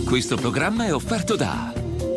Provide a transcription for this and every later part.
Questo programma è offerto da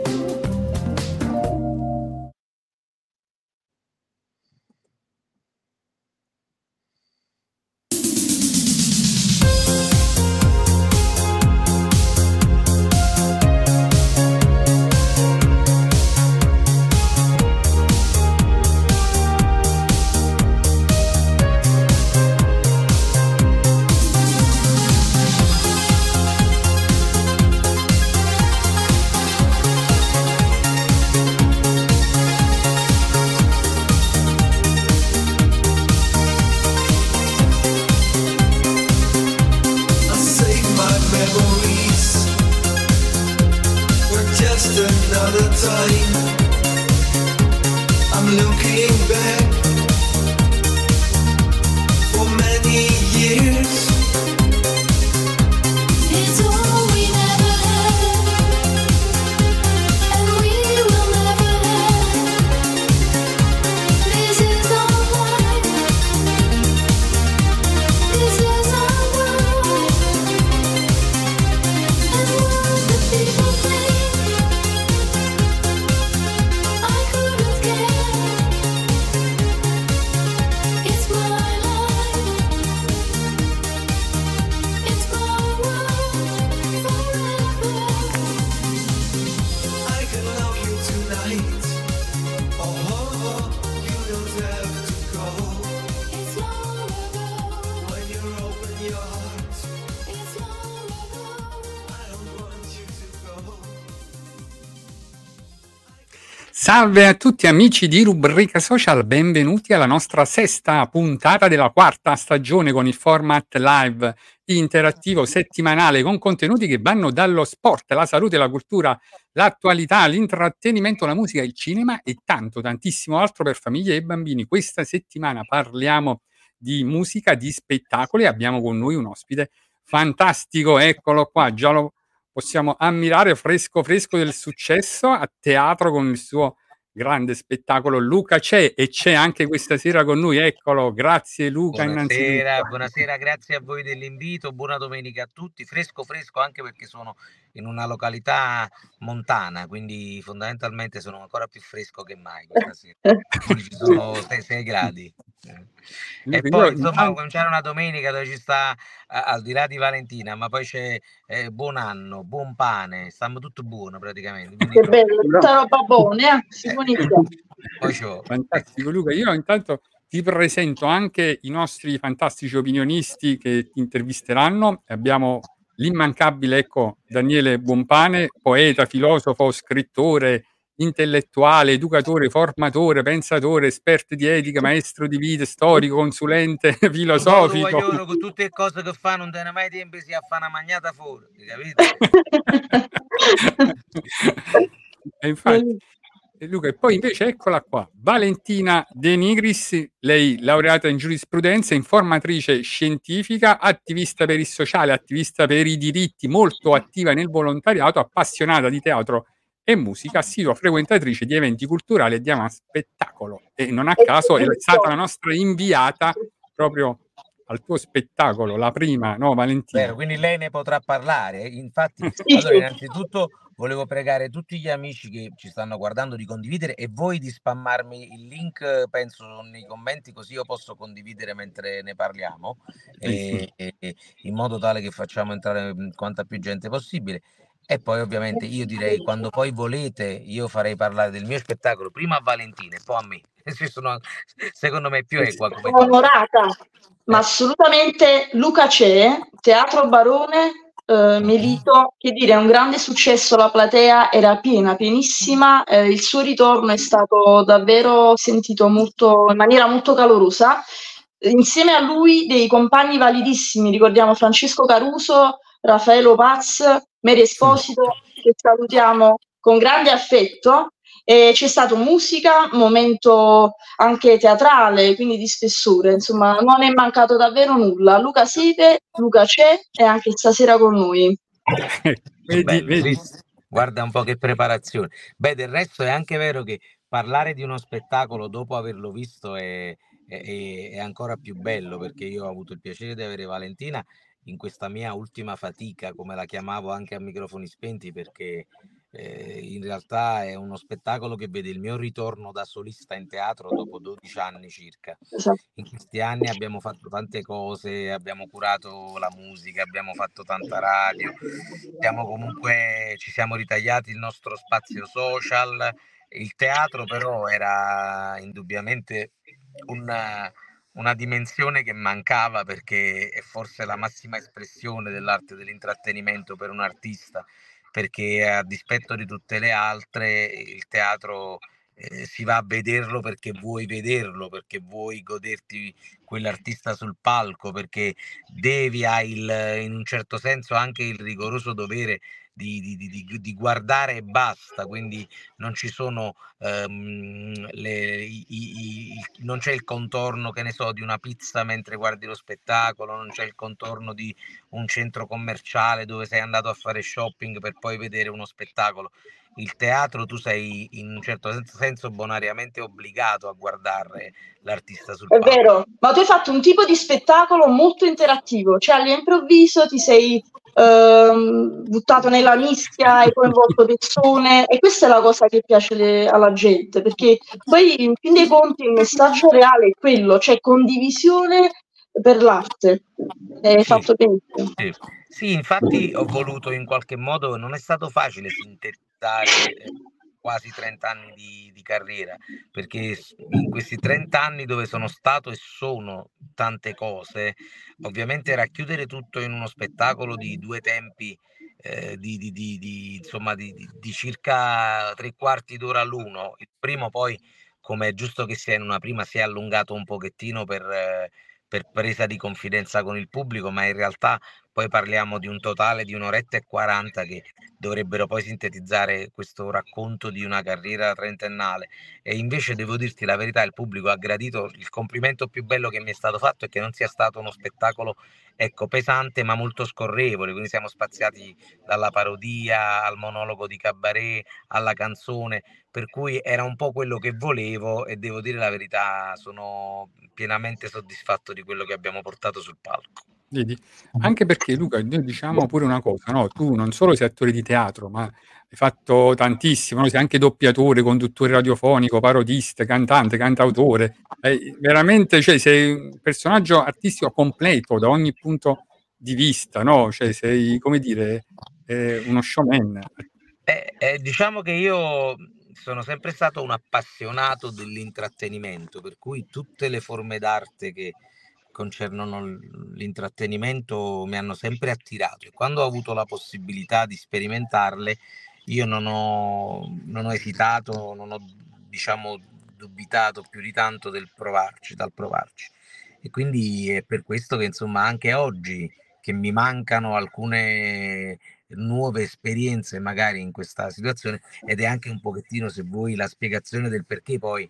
Salve a tutti amici di Rubrica Social, benvenuti alla nostra sesta puntata della quarta stagione con il format live interattivo settimanale con contenuti che vanno dallo sport, la salute, la cultura, l'attualità, l'intrattenimento, la musica, il cinema e tanto, tantissimo altro per famiglie e bambini. Questa settimana parliamo di musica, di spettacoli e abbiamo con noi un ospite fantastico, eccolo qua, già lo possiamo ammirare fresco fresco del successo a teatro con il suo grande spettacolo. Luca c'è e c'è anche questa sera con noi, eccolo, grazie Luca innanzitutto. Buonasera, grazie a voi dell'invito, buona domenica a tutti, fresco anche perché sono in una località montana, quindi fondamentalmente sono ancora più fresco che mai questa sera, ci sono 6 gradi. E poi insomma cominciare una domenica dove ci sta al di là di Valentina, ma poi c'è buon anno, buon pane, stiamo tutto buono praticamente. Che bello, tutta roba buona, fantastico Luca, io intanto ti presento anche i nostri fantastici opinionisti che ti intervisteranno. Abbiamo l'immancabile, ecco, Daniele Buonpane, poeta, filosofo, scrittore, intellettuale, educatore, formatore, pensatore, esperto di etica, maestro di vita, storico, consulente filosofico. Con tutte le cose che fa non tiene mai tempo si a fare una magnata fuori, capito? E infatti Luca, e poi invece eccola qua, Valentina De Nigris, lei laureata in giurisprudenza, informatrice scientifica, attivista per il sociale, attivista per i diritti, molto attiva nel volontariato, appassionata di teatro e musica, assidua frequentatrice di eventi culturali e di spettacolo. E non a caso è stata la nostra inviata proprio al tuo spettacolo, la prima, no Valentina? Vero, quindi lei ne potrà parlare. Infatti, allora innanzitutto volevo pregare tutti gli amici che ci stanno guardando di condividere e voi di spammarmi il link, penso, nei commenti, così io posso condividere mentre ne parliamo, in modo tale che facciamo entrare quanta più gente possibile. E poi ovviamente io direi, quando poi volete, io farei parlare del mio spettacolo prima a Valentina e poi a me. Secondo me è più equa. Sono onorata, ma assolutamente. Luca c'è, Teatro Barone, Melito, che dire, è un grande successo, la platea era pienissima, il suo ritorno è stato davvero sentito molto, in maniera molto calorosa. Insieme a lui dei compagni validissimi, ricordiamo Francesco Caruso, Raffaello Paz, Mary Esposito, che salutiamo con grande affetto. E c'è stato musica, momento anche teatrale, quindi di spessore, insomma non è mancato davvero nulla. Luca siete, Luca c'è e anche stasera con noi. vedi. Guarda un po' che preparazione. Beh, del resto è anche vero che parlare di uno spettacolo dopo averlo visto è ancora più bello, perché io ho avuto il piacere di avere Valentina in questa mia ultima fatica, come la chiamavo anche a microfoni spenti, perché in realtà è uno spettacolo che vede il mio ritorno da solista in teatro dopo 12 anni circa. Esatto. In questi anni abbiamo fatto tante cose, abbiamo curato la musica, abbiamo fatto tanta radio, ci siamo ritagliati il nostro spazio social. Il teatro però era indubbiamente una dimensione che mancava, perché è forse la massima espressione dell'arte dell'intrattenimento per un artista, perché a dispetto di tutte le altre il teatro si va a vederlo perché vuoi vederlo, perché vuoi goderti quell'artista sul palco, perché hai in un certo senso anche il rigoroso dovere di guardare e basta, quindi non ci sono non c'è il contorno, che ne so, di una pizza mentre guardi lo spettacolo, non c'è il contorno di un centro commerciale dove sei andato a fare shopping per poi vedere uno spettacolo. Il teatro tu sei in un certo senso bonariamente obbligato a guardare l'artista sul È palco. vero, ma tu hai fatto un tipo di spettacolo molto interattivo, cioè all'improvviso ti sei buttato nella mischia, hai coinvolto persone e questa è la cosa che piace alla gente, perché poi in fin dei conti il messaggio reale è quello, cioè condivisione per l'arte. È Sì, fatto benissimo. sì. Sì, infatti ho voluto in qualche modo, non è stato facile sintetizzare quasi 30 anni di carriera, perché in questi 30 anni dove sono stato e sono tante cose, ovviamente racchiudere tutto in uno spettacolo di 2 tempi, insomma, di circa 3/4 d'ora l'uno. Il primo poi, come è giusto che sia in una prima, si è allungato un pochettino per presa di confidenza con il pubblico, ma in realtà poi parliamo di un totale di 1 oretta e 40 che dovrebbero poi sintetizzare questo racconto di una carriera trentennale. E invece devo dirti la verità, il pubblico ha gradito. Il complimento più bello che mi è stato fatto è che non sia stato uno spettacolo, ecco, pesante ma molto scorrevole, quindi siamo spaziati dalla parodia al monologo di cabaret alla canzone, per cui era un po' quello che volevo, e devo dire la verità, sono pienamente soddisfatto di quello che abbiamo portato sul palco. Vedi? Anche perché Luca, noi diciamo pure una cosa, no, tu non solo sei attore di teatro, ma hai fatto tantissimo, no, sei anche doppiatore, conduttore radiofonico, parodista, cantante, cantautore. Veramente, cioè sei un personaggio artistico completo da ogni punto di vista, no, cioè sei, come dire, uno showman. Diciamo che io sono sempre stato un appassionato dell'intrattenimento, per cui tutte le forme d'arte che concernono l'intrattenimento mi hanno sempre attirato, e quando ho avuto la possibilità di sperimentarle io non ho esitato, non ho, diciamo, dubitato più di tanto dal provarci. E quindi è per questo che insomma anche oggi, che mi mancano alcune nuove esperienze magari in questa situazione, ed è anche un pochettino, se vuoi, la spiegazione del perché poi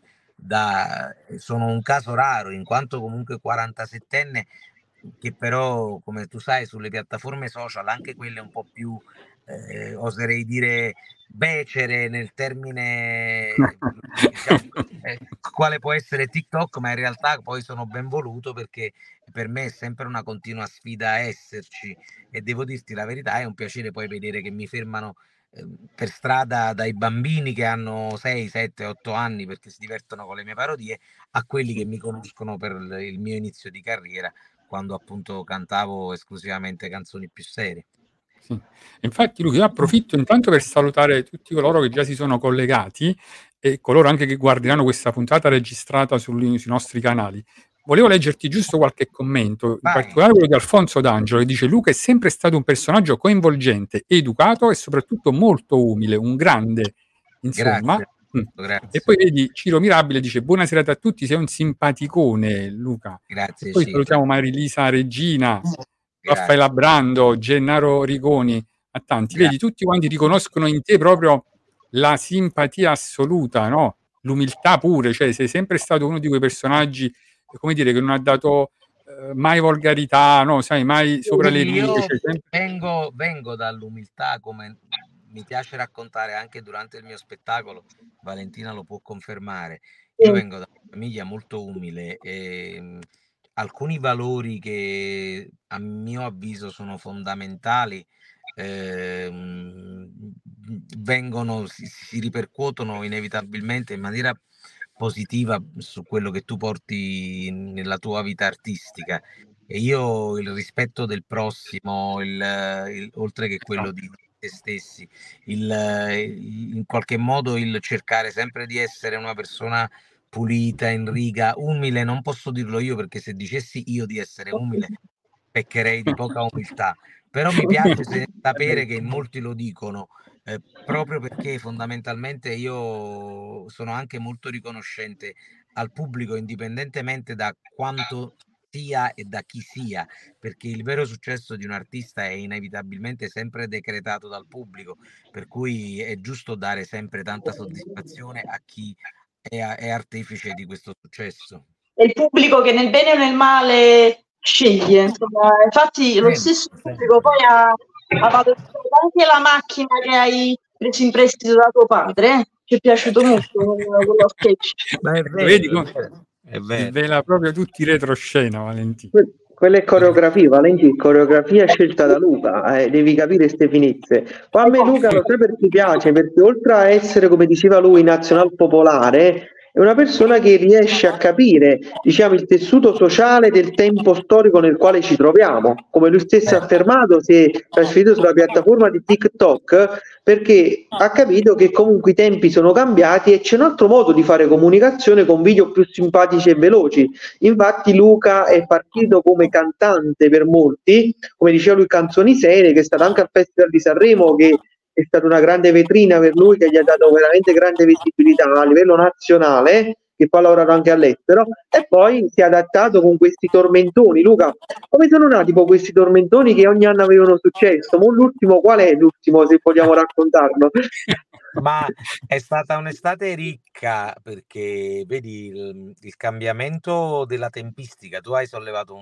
sono un caso raro, in quanto comunque 47enne, che però, come tu sai, sulle piattaforme social, anche quelle un po' più, oserei dire, becere nel termine, diciamo, quale può essere TikTok, ma in realtà poi sono ben voluto, perché per me è sempre una continua sfida esserci, e devo dirti la verità, è un piacere poi vedere che mi fermano per strada, dai bambini che hanno 6, 7, 8 anni perché si divertono con le mie parodie, a quelli che mi conoscono per il mio inizio di carriera, quando appunto cantavo esclusivamente canzoni più serie. Sì. Infatti Luca, io approfitto intanto per salutare tutti coloro che già si sono collegati e coloro anche che guarderanno questa puntata registrata sui nostri canali. Volevo leggerti giusto qualche commento, in Vai. particolare quello di Alfonso D'Angelo, che dice: Luca è sempre stato un personaggio coinvolgente, educato e soprattutto molto umile, un grande, insomma. Grazie, Mm. E grazie, poi vedi Ciro Mirabile dice: buona serata a tutti, sei un simpaticone, Luca. E grazie poi Ciro, salutiamo Marilisa Regina, Raffaella grazie, Brando, Gennaro Rigoni, a tanti. Vedi, tutti quanti riconoscono in te proprio la simpatia assoluta, no? L'umiltà pure, cioè sei sempre stato uno di quei personaggi, come dire, che non ha dato mai volgarità, no? Sai, mai sopra le Sì, righe, io cioè sempre... vengo dall'umiltà, come mi piace raccontare anche durante il mio spettacolo, Valentina lo può confermare. Io Sì. vengo da una famiglia molto umile, e alcuni valori che a mio avviso sono fondamentali si ripercuotono inevitabilmente in maniera positiva su quello che tu porti nella tua vita artistica. E io il rispetto del prossimo, oltre che quello di te stessi, in qualche modo il cercare sempre di essere una persona pulita, in riga, umile, non posso dirlo io, perché se dicessi io di essere umile peccherei di poca umiltà, però mi piace sapere che molti lo dicono, proprio perché fondamentalmente io sono anche molto riconoscente al pubblico, indipendentemente da quanto sia e da chi sia, perché il vero successo di un artista è inevitabilmente sempre decretato dal pubblico, per cui è giusto dare sempre tanta soddisfazione a chi è artefice di questo successo. È il pubblico che nel bene o nel male sceglie, insomma. Infatti lo stesso pubblico poi ha valorizzato anche la macchina che hai preso in prestito da tuo padre, ci è piaciuto molto quello sketch. Ma è vero, Vedi, è vero. svela proprio tutti i retroscena, Valentino. Quella è coreografia, Valentino, coreografia scelta da Luca, devi capire ste finezze. Poi a me Luca lo sai perché piace, perché oltre a essere, come diceva lui, nazional popolare, è una persona che riesce a capire, diciamo, il tessuto sociale del tempo storico nel quale ci troviamo. Come lui stesso ha affermato, si è trasferito sulla piattaforma di TikTok perché ha capito che comunque i tempi sono cambiati e c'è un altro modo di fare comunicazione con video più simpatici e veloci. Infatti Luca è partito come cantante per molti, come diceva lui, canzoni serie, che è stato anche al Festival di Sanremo, che è stata una grande vetrina per lui, che gli ha dato veramente grande visibilità a livello nazionale, che poi ha lavorato anche all'estero, e poi si è adattato con questi tormentoni. Luca, come sono nati poi questi tormentoni che ogni anno avevano successo? Ma l'ultimo, qual è l'ultimo, se vogliamo raccontarlo? Ma è stata un'estate ricca, perché vedi il cambiamento della tempistica. Tu hai sollevato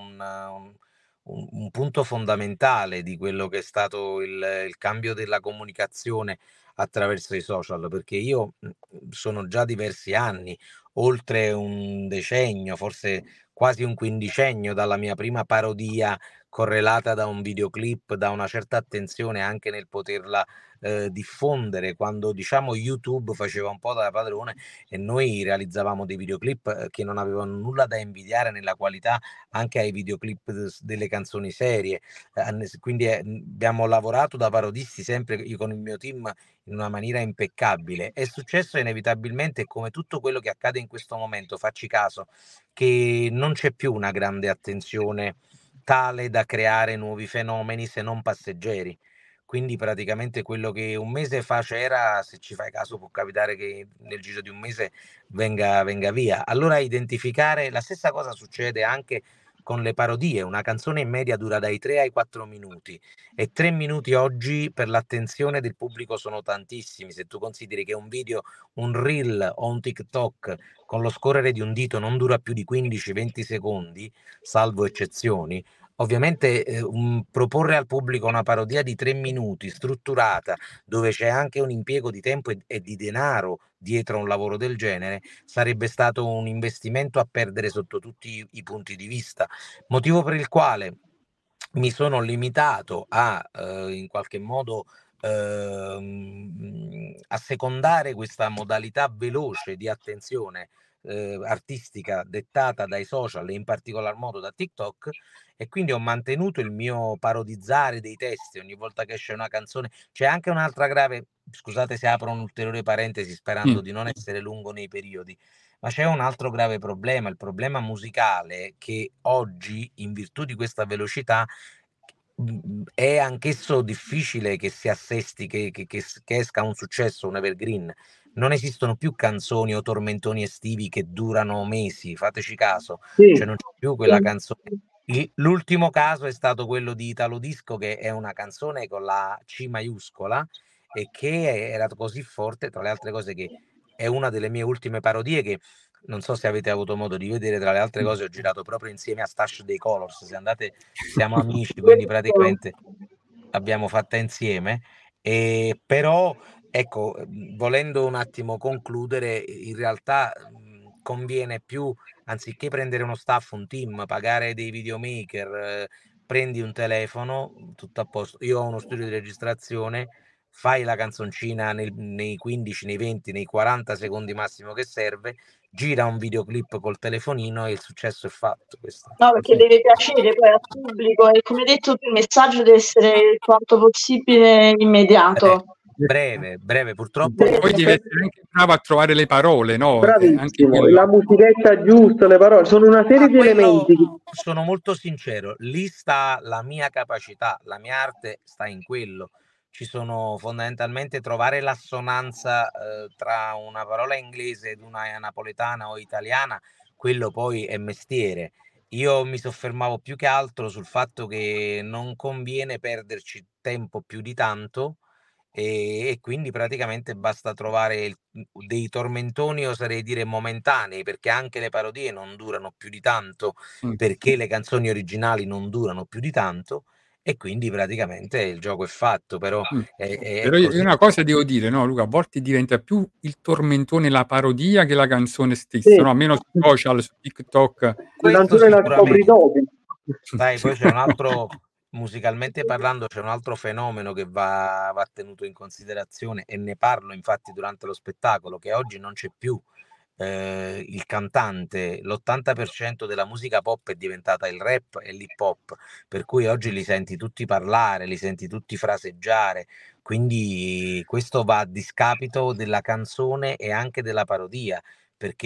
un punto fondamentale di quello che è stato il cambio della comunicazione attraverso i social, perché io sono già diversi anni, oltre un decennio, forse quasi un quindicennio, dalla mia prima parodia correlata da un videoclip, da una certa attenzione anche nel poterla diffondere, quando diciamo YouTube faceva un po' da padrone e noi realizzavamo dei videoclip che non avevano nulla da invidiare nella qualità anche ai videoclip delle canzoni serie, quindi abbiamo lavorato da parodisti sempre, io con il mio team, in una maniera impeccabile. È successo inevitabilmente, come tutto quello che accade in questo momento, facci caso, che non c'è più una grande attenzione tale da creare nuovi fenomeni, se non passeggeri. Quindi praticamente quello che un mese fa c'era, se ci fai caso può capitare che nel giro di un mese venga via. Allora identificare, la stessa cosa succede anche con le parodie. Una canzone in media dura dai 3 ai 4 minuti e 3 minuti oggi per l'attenzione del pubblico sono tantissimi. Se tu consideri che un video, un reel o un TikTok con lo scorrere di un dito non dura più di 15-20 secondi, salvo eccezioni, ovviamente proporre al pubblico una parodia di 3 minuti strutturata, dove c'è anche un impiego di tempo e di denaro dietro a un lavoro del genere, sarebbe stato un investimento a perdere sotto tutti i punti di vista, motivo per il quale mi sono limitato a in qualche modo assecondare questa modalità veloce di attenzione artistica dettata dai social e in particolar modo da TikTok, e quindi ho mantenuto il mio parodizzare dei testi ogni volta che esce una canzone. C'è anche un'altra grave, scusate se apro un'ulteriore parentesi sperando di non essere lungo nei periodi, ma c'è un altro grave problema, il problema musicale, che oggi, in virtù di questa velocità, è anch'esso difficile che si assesti, che esca un successo, un evergreen. Non esistono più canzoni o tormentoni estivi che durano mesi, fateci caso, cioè non c'è più quella canzone. L'ultimo caso è stato quello di Italo Disco, che è una canzone con la C maiuscola e che era così forte, tra le altre cose, che è una delle mie ultime parodie, che non so se avete avuto modo di vedere, tra le altre cose ho girato proprio insieme a Stash dei Colors, se andate, siamo amici, quindi praticamente abbiamo fatta insieme, però ecco, volendo un attimo concludere, in realtà conviene più, anziché prendere uno staff, un team, pagare dei videomaker, prendi un telefono, tutto a posto. Io ho uno studio di registrazione, fai la canzoncina nei 15, nei 20, nei 40 secondi massimo che serve, gira un videoclip col telefonino e il successo è fatto. Questo. No, perché deve piacere poi al pubblico e come detto tu, il messaggio deve essere quanto possibile immediato. Breve, purtroppo. Poi devi essere anche bravo a trovare le parole, no? Bravissimo, Anche la musichetta giusta, le parole, sono una serie di elementi. Sono molto sincero, lì sta la mia capacità, la mia arte sta in quello. Ci sono fondamentalmente trovare l'assonanza tra una parola inglese ed una napoletana o italiana, quello poi è mestiere. Io mi soffermavo più che altro sul fatto che non conviene perderci tempo più di tanto e quindi praticamente basta trovare dei tormentoni, oserei dire momentanei, perché anche le parodie non durano più di tanto, perché le canzoni originali non durano più di tanto e quindi praticamente il gioco è fatto, però Però io una cosa devo dire, no, Luca, a volte diventa più il tormentone la parodia che la canzone stessa, no? Almeno su social, su TikTok. La questo canzone la scopri dopo. Sai, poi c'è un altro, musicalmente parlando, c'è un altro fenomeno che va tenuto in considerazione e ne parlo infatti durante lo spettacolo, che oggi non c'è più il cantante, l'80% della musica pop è diventata il rap e l'hip hop, per cui oggi li senti tutti parlare, li senti tutti fraseggiare, quindi questo va a discapito della canzone e anche della parodia, perché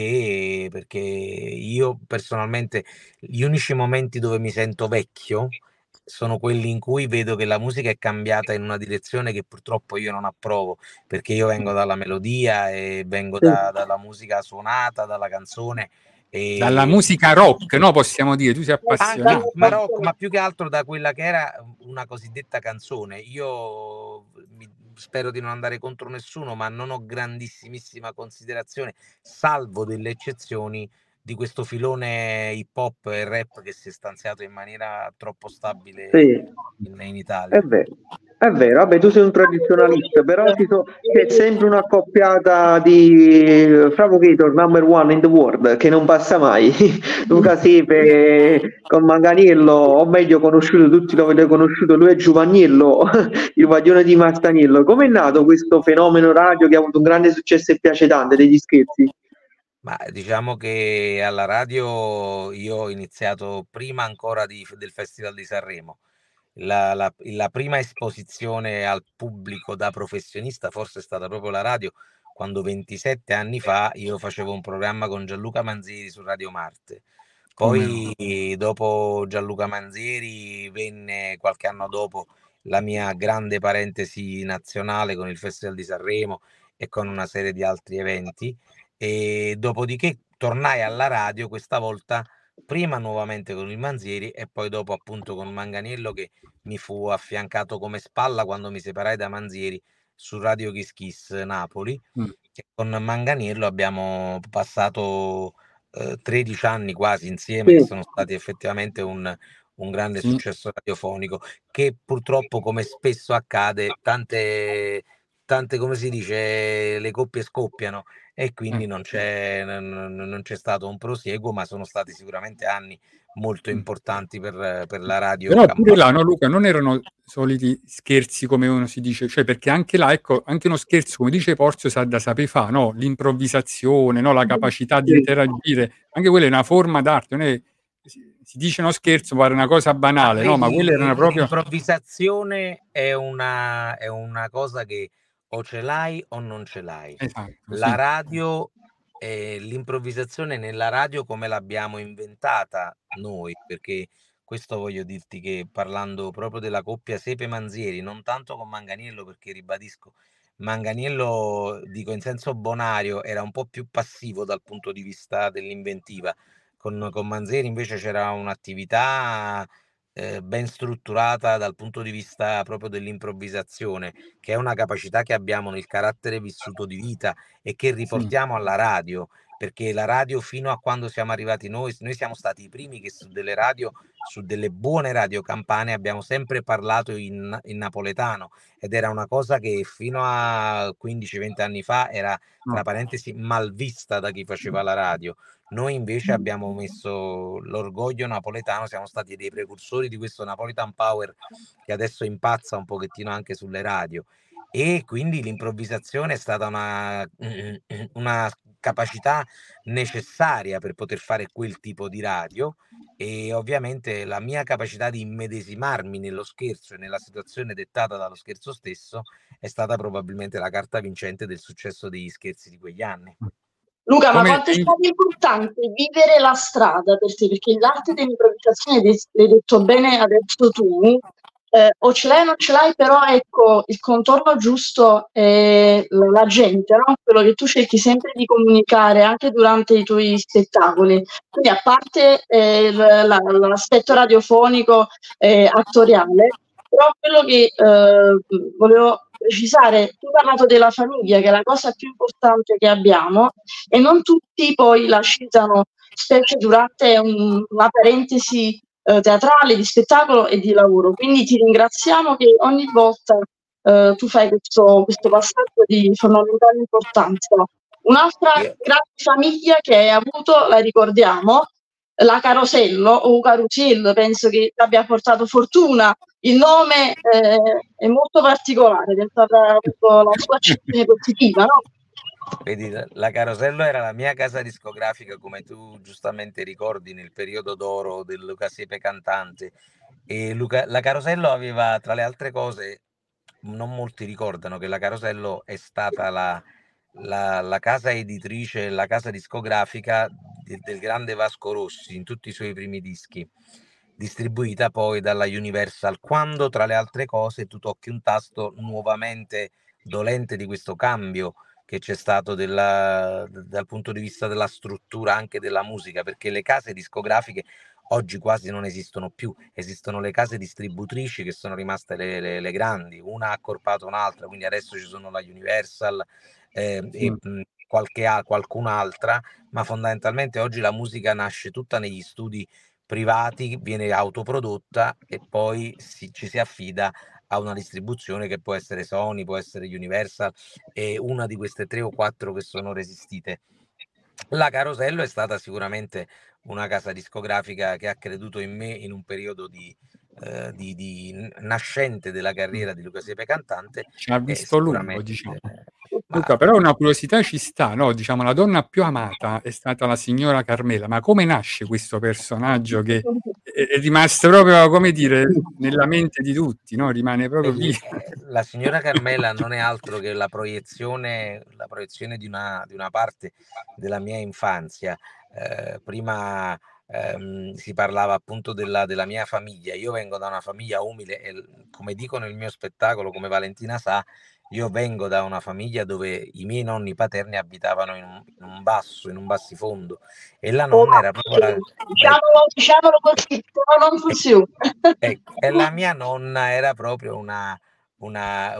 io personalmente gli unici momenti dove mi sento vecchio sono quelli in cui vedo che la musica è cambiata in una direzione che purtroppo io non approvo, perché io vengo dalla melodia e vengo dalla musica suonata, dalla canzone. Dalla musica rock, no? Possiamo dire, tu sei appassionato. Ma rock, ma più che altro da quella che era una cosiddetta canzone. Io spero di non andare contro nessuno, ma non ho grandissimissima considerazione, salvo delle eccezioni, di questo filone hip hop e rap che si è stanziato in maniera troppo stabile in Italia. È vero, vabbè, tu sei un tradizionalista, però c'è sempre un'accoppiata di Provocator number one in the world che non passa mai. Luca Sepe con Manganiello, o meglio conosciuto, tutti lo avete conosciuto, lui è Giovanniello, il guaglione di Mastaniello. Com'è nato questo fenomeno radio che ha avuto un grande successo e piace tanto, degli scherzi? Ma diciamo che alla radio io ho iniziato prima ancora del Festival di Sanremo. La prima esposizione al pubblico da professionista forse è stata proprio la radio, quando 27 anni fa io facevo un programma con Gianluca Manzieri su Radio Marte. Poi dopo Gianluca Manzieri venne qualche anno dopo la mia grande parentesi nazionale con il Festival di Sanremo e con una serie di altri eventi. E dopodiché tornai alla radio, questa volta prima nuovamente con il Manzieri e poi dopo appunto con Manganiello, che mi fu affiancato come spalla quando mi separai da Manzieri su Radio Kiss Kiss Napoli. E con Manganiello abbiamo passato 13 anni quasi insieme, che sono stati effettivamente un grande successo radiofonico, che purtroppo, come spesso accade, tante come si dice, le coppie scoppiano e quindi non c'è stato un prosieguo, ma sono stati sicuramente anni molto importanti per la radio. Però pure là, no, Luca, non erano soliti scherzi come uno si dice, cioè perché anche là, ecco, anche uno scherzo, come dice Porzio, sa da saper fa, no? L'improvvisazione, no? La capacità di interagire, anche quella è una forma d'arte, non è, si dice uno scherzo, pare una cosa banale, no? Ma quella era proprio... L'improvvisazione è una cosa che o ce l'hai o non ce l'hai. Esatto, La radio, l'improvvisazione nella radio come l'abbiamo inventata noi, perché questo voglio dirti che parlando proprio della coppia Sepe-Manzieri, non tanto con Manganiello, perché ribadisco, Manganiello, dico in senso bonario, era un po' più passivo dal punto di vista dell'inventiva. Con Manzieri invece c'era un'attività ben strutturata dal punto di vista proprio dell'improvvisazione, che è una capacità che abbiamo nel carattere vissuto di vita e che riportiamo alla radio, perché la radio fino a quando siamo arrivati noi siamo stati i primi che su delle radio, su delle buone radio campane, abbiamo sempre parlato in napoletano, ed era una cosa che fino a 15-20 anni fa era, tra parentesi, mal vista da chi faceva la radio. Noi invece abbiamo messo l'orgoglio napoletano, siamo stati dei precursori di questo Napolitan Power che adesso impazza un pochettino anche sulle radio, e quindi l'improvvisazione è stata una capacità necessaria per poter fare quel tipo di radio, e ovviamente la mia capacità di immedesimarmi nello scherzo e nella situazione dettata dallo scherzo stesso è stata probabilmente la carta vincente del successo degli scherzi di quegli anni. Luca, ma quanto è stato importante vivere la strada per te? Perché l'arte dell'improvvisazione, l'hai detto bene adesso tu, o ce l'hai o non ce l'hai, però ecco, il contorno giusto è la gente, no? Quello che tu cerchi sempre di comunicare anche durante i tuoi spettacoli. Quindi a parte l'aspetto radiofonico e attoriale, però quello che volevo precisare, tu hai parlato della famiglia, che è la cosa più importante che abbiamo, e non tutti poi la citano, specie durante una parentesi teatrale, di spettacolo e di lavoro. Quindi ti ringraziamo che ogni volta tu fai questo passaggio di fondamentale importanza. Un'altra grande famiglia che hai avuto, la ricordiamo, la Carosello o Carusello, penso che abbia portato fortuna. Il nome è molto particolare, penso avrà avuto la sua accezione positiva, no? Vedi, la Carosello era la mia casa discografica, come tu giustamente ricordi, nel periodo d'oro del Luca Siepe cantante, e la Carosello aveva, tra le altre cose, non molti ricordano che la Carosello è stata la casa editrice, la casa discografica del grande Vasco Rossi in tutti i suoi primi dischi, distribuita poi dalla Universal, quando tra le altre cose tu tocchi un tasto nuovamente dolente di questo cambio che c'è stato dal punto di vista della struttura anche della musica, perché le case discografiche oggi quasi non esistono più, esistono le case distributrici che sono rimaste le grandi, una ha accorpato un'altra, quindi adesso ci sono la Universal e qualcun'altra, ma fondamentalmente oggi la musica nasce tutta negli studi privati, viene autoprodotta e poi ci si affida a una distribuzione che può essere Sony, può essere Universal, e una di queste 3 o 4 che sono resistite. La Carosello è stata sicuramente una casa discografica che ha creduto in me in un periodo di nascente della carriera di Luca Siepe cantante. Ci ha visto lungo, sicuramente, diciamo. Luca, però una curiosità ci sta, no? Diciamo, la donna più amata è stata la signora Carmela, ma come nasce questo personaggio che è rimasto proprio, come dire, nella mente di tutti, no? Rimane proprio lì. La signora Carmela non è altro che la proiezione di una parte della mia infanzia. Prima si parlava appunto della mia famiglia. Io vengo da una famiglia umile e, come dico nel mio spettacolo, come Valentina sa, io vengo da una famiglia dove i miei nonni paterni abitavano in un bassifondo, e la nonna era proprio diciamolo così, però non funziona. E la mia nonna era proprio un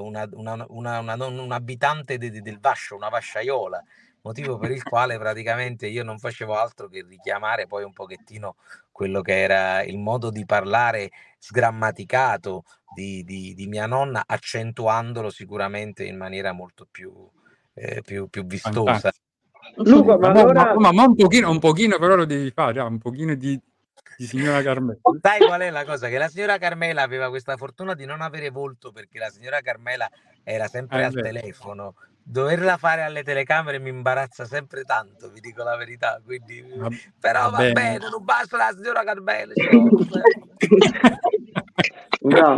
abitante del Vascio, una vasciaiola, motivo per il quale praticamente io non facevo altro che richiamare poi un pochettino quello che era il modo di parlare sgrammaticato di mia nonna, accentuandolo sicuramente in maniera molto più vistosa. Luca, ma allora un pochino però lo devi fare, un pochino di signora Carmela. Sai qual è la cosa? Che la signora Carmela aveva questa fortuna di non avere volto, perché la signora Carmela era sempre al telefono. Doverla fare alle telecamere mi imbarazza sempre tanto, vi dico la verità. Quindi, però va bene, non basta la signora Carmela. Bravo.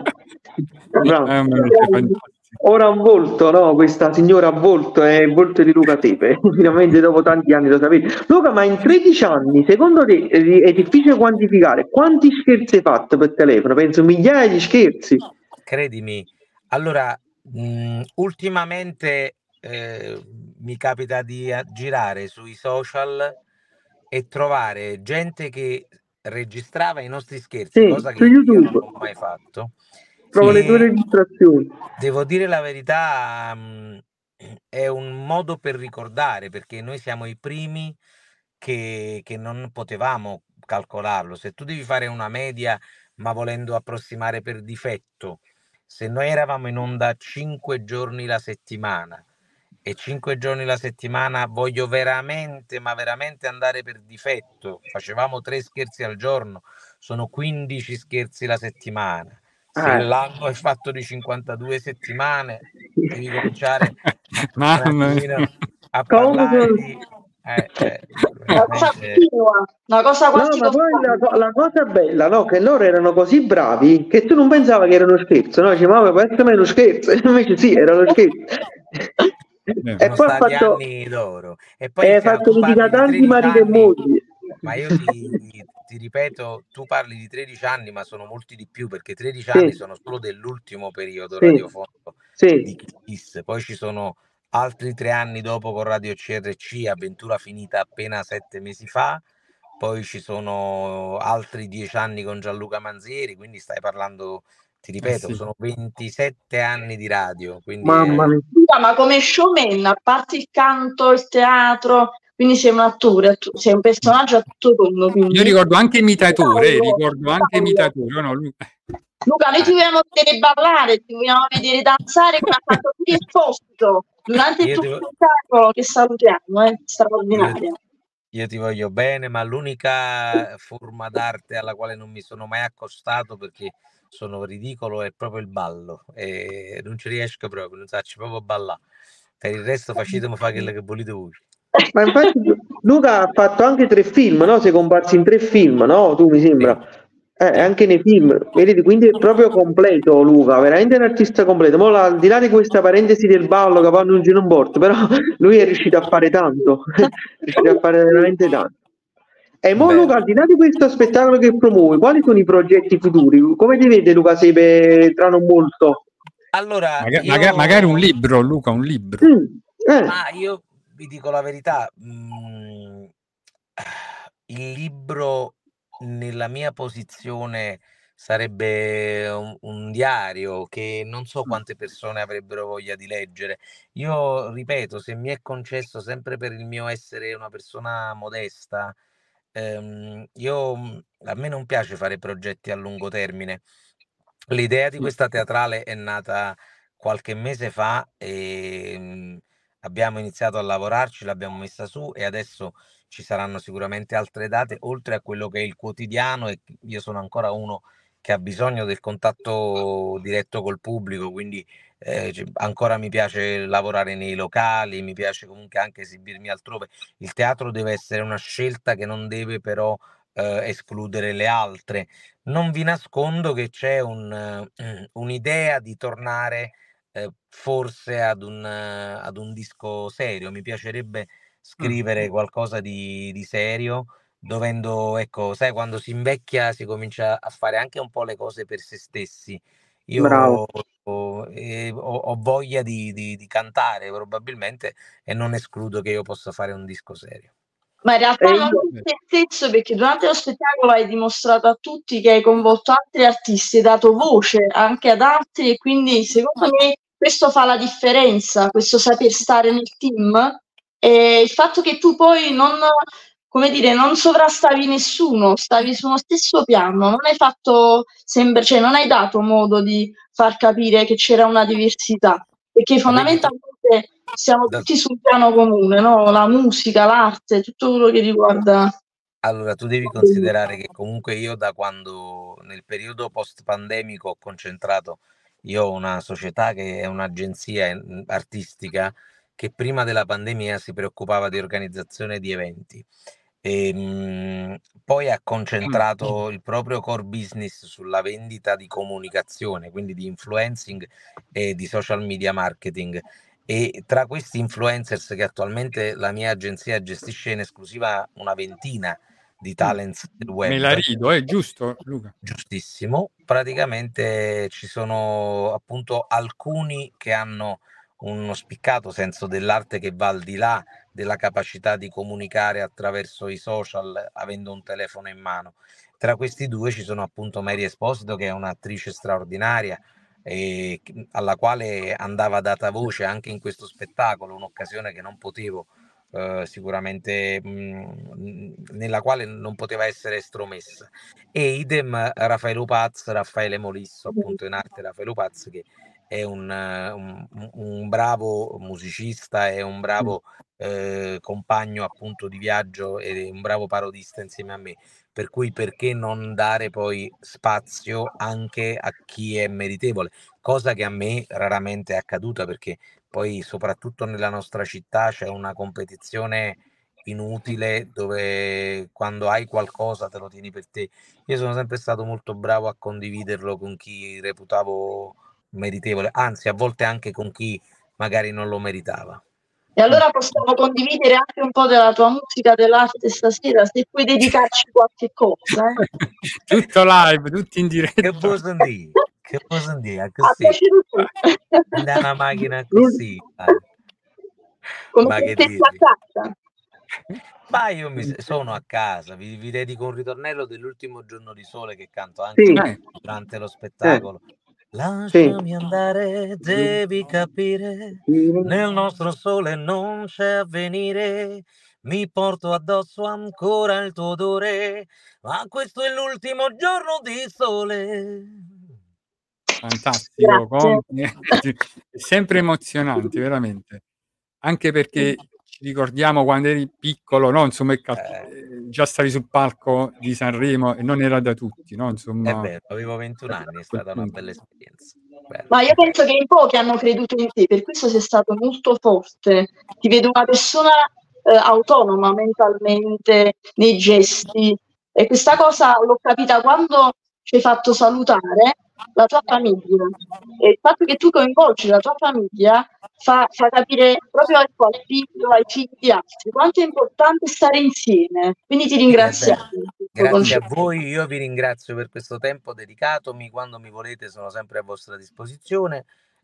Ora un volto, no? Questa signora a volto è il volto di Luca Siepe, finalmente dopo tanti anni lo sapete. Luca, ma in 13 anni, secondo te è difficile quantificare quanti scherzi hai fatto per telefono? Penso migliaia di scherzi. Credimi, allora, ultimamente mi capita di girare sui social e trovare gente che registrava i nostri scherzi, cosa che io non ho mai fatto. Trovo le tue registrazioni. Devo dire la verità, è un modo per ricordare, perché noi siamo i primi che non potevamo calcolarlo. Se tu devi fare una media, ma volendo approssimare per difetto, se noi eravamo in onda 5 giorni la settimana e 5 giorni la settimana voglio veramente, ma veramente andare per difetto, facevamo 3 scherzi al giorno, sono 15 scherzi la settimana. Se l'anno è fatto di 52 settimane, devi cominciare un Mamma mia. attimino a Comunque parlare di... Una cosa continua, una cosa quasi no, ma poi costante. la cosa bella, no, che loro erano così bravi che tu non pensavi che era uno scherzo, no? Dici, ma può essere mai uno scherzo? Invece sì, era uno scherzo. E Sono poi ha stati fatto, anni d'oro. E poi fatto tu litigare parli di tanti 13 mariti e anni, mogli. ma io ti ripeto, tu parli di 13 anni, ma sono molti di più, perché 13 Sì, anni sono solo dell'ultimo periodo sì, radiofonico di sì. Kiss. Poi ci sono altri 3 anni dopo con Radio CRC, avventura finita appena 7 mesi fa. Poi ci sono altri 10 anni con Gianluca Manzieri, quindi stai parlando, ti ripeto, Sì. sono 27 anni di radio, quindi Mamma mia. Ma come showman, a parte il canto, il teatro, quindi sei un attore, sei un personaggio a tutto tondo. Io ricordo anche imitatore, ricordo anche Paolo. imitatore, no? Luca, noi ti vogliamo vedere ballare, ti vogliamo vedere danzare come ha fatto qui Esposito durante il io tuo ti, spettacolo, che salutiamo, straordinaria. io ti voglio bene, ma l'unica forma d'arte alla quale non mi sono mai accostato perché sono ridicolo è proprio il ballo e non ci riesco proprio, non saccio proprio ballare. Per il resto facetemi fare quello che volete voi. Ma infatti Luca ha fatto anche 3 film, no? Si è comparso in 3 film, no? Tu mi sembra. Sì. Anche nei film, vedete, quindi è proprio completo Luca, veramente un artista completo. Ma al di là di questa parentesi del ballo che poi non ci non porto, però lui è riuscito a fare tanto, è riuscito a fare veramente tanto. E mo Beh, Luca, al di là di questo spettacolo che promuovi, quali sono i progetti futuri? Come ti vede Luca Sepe tra non molto? allora Magari un io, libro, Luca, un libro. ma io vi dico la verità, il libro nella mia posizione sarebbe un diario che non so quante persone avrebbero voglia di leggere. Io ripeto, se mi è concesso sempre per il mio essere una persona modesta, a me non piace fare progetti a lungo termine. L'idea di questa teatrale è nata qualche mese fa e abbiamo iniziato a lavorarci, l'abbiamo messa su e adesso ci saranno sicuramente altre date, oltre a quello che è il quotidiano e io sono ancora uno che ha bisogno del contatto diretto col pubblico, quindi ancora mi piace lavorare nei locali, mi piace comunque anche esibirmi altrove. Il teatro deve essere una scelta che non deve però escludere le altre. Non vi nascondo che c'è un'idea di tornare forse ad un disco serio. Mi piacerebbe scrivere qualcosa di serio, dovendo, ecco, sai, quando si invecchia si comincia a fare anche un po' le cose per se stessi. Io Bravo. ho voglia di cantare probabilmente e non escludo che io possa fare un disco serio. Ma in realtà non Io, per te stesso, perché durante lo spettacolo hai dimostrato a tutti che hai coinvolto altri artisti, hai dato voce anche ad altri e quindi secondo me questo fa la differenza, questo saper stare nel team e il fatto che tu poi non, come dire, non sovrastavi nessuno, stavi su uno stesso piano, non hai fatto cioè non hai dato modo di far capire che c'era una diversità, perché Ma vedi, fondamentalmente siamo da- tutti sul piano comune, no? La musica, l'arte, tutto quello che riguarda. allora tu devi considerare che comunque io da quando nel periodo post pandemico ho concentrato, io ho una società che è un'agenzia artistica che prima della pandemia si preoccupava di organizzazione di eventi e poi ha concentrato il proprio core business sulla vendita di comunicazione, quindi di influencing e di social media marketing. E tra questi influencers che attualmente la mia agenzia gestisce in esclusiva una ventina di talents del Me la web, rido, è giusto, Luca? giustissimo, praticamente ci sono appunto alcuni che hanno uno spiccato senso dell'arte che va al di là della capacità di comunicare attraverso i social avendo un telefono in mano. Tra questi due ci sono appunto Mary Esposito, che è un'attrice straordinaria e alla quale andava data voce anche in questo spettacolo, un'occasione che non potevo sicuramente nella quale non poteva essere estromessa. E idem Raffaele Molisso, appunto in arte Raffaele Paz, che è un bravo musicista, è un bravo compagno appunto di viaggio e un bravo parodista insieme a me, per cui perché non dare poi spazio anche a chi è meritevole, cosa che a me raramente è accaduta, perché poi soprattutto nella nostra città c'è una competizione inutile dove quando hai qualcosa te lo tieni per te. Io sono sempre stato molto bravo a condividerlo con chi reputavo meritevole, anzi a volte anche con chi magari non lo meritava. E allora possiamo condividere anche un po' della tua musica, dell'arte stasera, se puoi dedicarci qualche cosa. Tutto live, tutti in diretta. Che posso dire? Che posso dire? Così. Da una macchina così. Come Ma se che stessi dirvi? a casa. Ma io sono a casa, vi dedico un ritornello dell'ultimo giorno di sole che canto anche Sì. durante lo spettacolo. Sì. Lasciami andare, devi capire, nel nostro sole non c'è avvenire, mi porto addosso ancora il tuo odore, ma questo è l'ultimo giorno di sole. Fantastico, Grazie. complimenti. È sempre emozionante, veramente. Anche perché ci ricordiamo quando eri piccolo, no, insomma, già stavi sul palco di Sanremo e non era da tutti, no, È insomma. vero, avevo 21 anni, è stata una bella esperienza. Bello. Ma io penso che in pochi hanno creduto in te, per questo sei stato molto forte. Ti vedo una persona autonoma mentalmente, nei gesti. E questa cosa l'ho capita quando ci hai fatto salutare la tua famiglia. E il fatto che tu coinvolgi la tua famiglia fa capire proprio al figlio, ai figli di altri, quanto è importante stare insieme. Quindi ti ringraziamo. Grazie a voi, io vi ringrazio per questo tempo dedicatomi, quando mi volete sono sempre a vostra disposizione